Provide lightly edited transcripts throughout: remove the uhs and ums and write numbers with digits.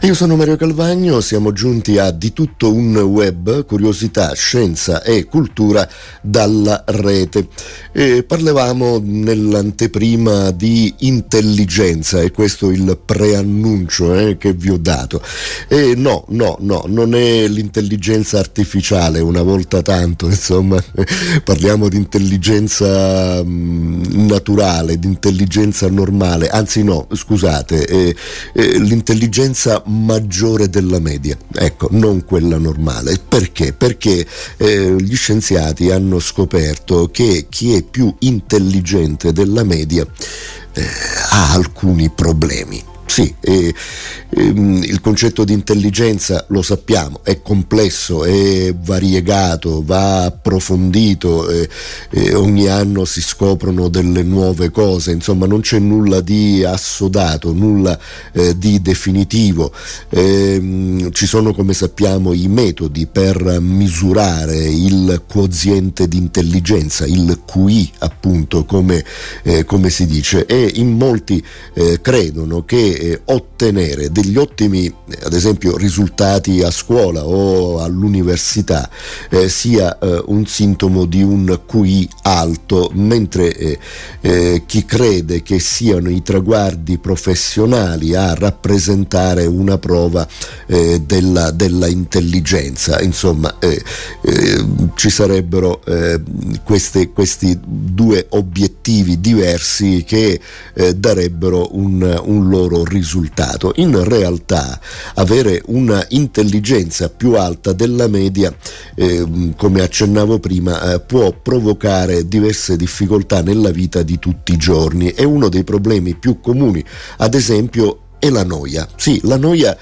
Io sono Mario Calvagno, siamo giunti a Di tutto un web, curiosità, scienza e cultura dalla rete. Parlavamo nell'anteprima di intelligenza, e questo è il preannuncio che vi ho dato. No, non è l'intelligenza artificiale, una volta tanto, insomma, parliamo di intelligenza naturale, di intelligenza normale, anzi no, scusate, l'intelligenza maggiore della media, ecco, non quella normale. Perché? Perché gli scienziati hanno scoperto che chi è più intelligente della media ha alcuni problemi. Sì, il concetto di intelligenza, lo sappiamo, è complesso, è variegato, va approfondito, ogni anno si scoprono delle nuove cose, insomma non c'è nulla di assodato, nulla di definitivo. Ci sono, come sappiamo, i metodi per misurare il quoziente di intelligenza, il QI appunto, come si dice, e in molti credono che ottenere degli ottimi, ad esempio, risultati a scuola o all'università sia un sintomo di un QI alto, mentre chi crede che siano i traguardi professionali a rappresentare una prova della intelligenza. Insomma, ci sarebbero questi due obiettivi diversi che darebbero un loro risultato. In realtà avere una intelligenza più alta della media, come accennavo prima, può provocare diverse difficoltà nella vita di tutti i giorni, e uno dei problemi più comuni, ad esempio, è la noia. Sì, la noia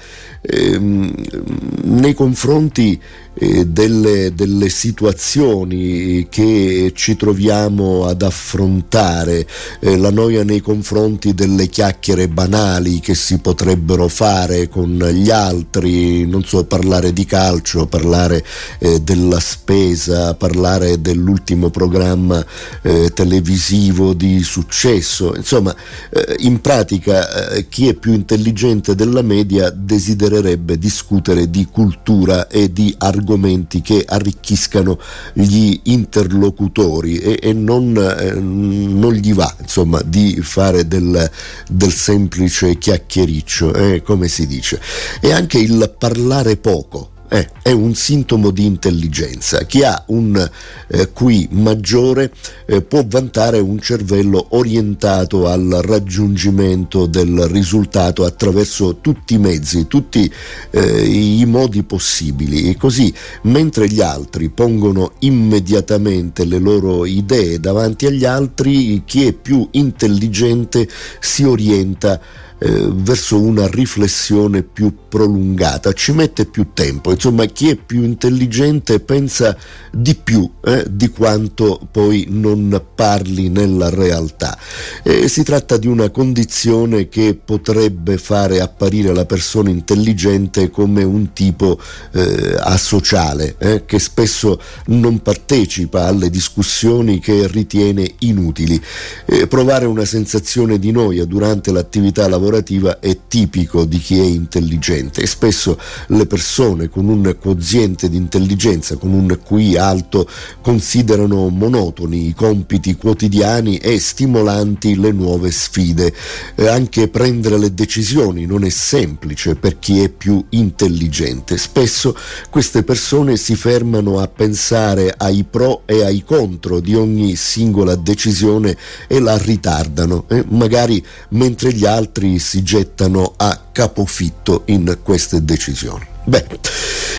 nei confronti delle situazioni che ci troviamo ad affrontare, la noia nei confronti delle chiacchiere banali che si potrebbero fare con gli altri, non so, parlare di calcio, parlare della spesa, parlare dell'ultimo programma televisivo di successo. Insomma, in pratica chi è più intelligente della media desidererebbe discutere di cultura e di argomenti che arricchiscano gli interlocutori, e non gli va, insomma, di fare del semplice chiacchiericcio, come si dice. E anche il parlare poco è un sintomo di intelligenza. Chi ha un QI maggiore può vantare un cervello orientato al raggiungimento del risultato attraverso tutti i mezzi, tutti i modi possibili, e così, mentre gli altri pongono immediatamente le loro idee davanti agli altri, chi è più intelligente si orienta verso una riflessione più prolungata, ci mette più tempo. Insomma, chi è più intelligente pensa di più di quanto poi non parli nella realtà. Si tratta di una condizione che potrebbe fare apparire la persona intelligente come un tipo asociale, che spesso non partecipa alle discussioni che ritiene inutili. Provare una sensazione di noia durante l'attività lavorativa è tipico di chi è intelligente, e spesso le persone con un quoziente di intelligenza, con un QI alto, considerano monotoni i compiti quotidiani e stimolanti le nuove sfide. Anche prendere le decisioni non è semplice per chi è più intelligente. Spesso queste persone si fermano a pensare ai pro e ai contro di ogni singola decisione e la ritardano, magari mentre gli altri si gettano a capofitto in queste decisioni. Beh,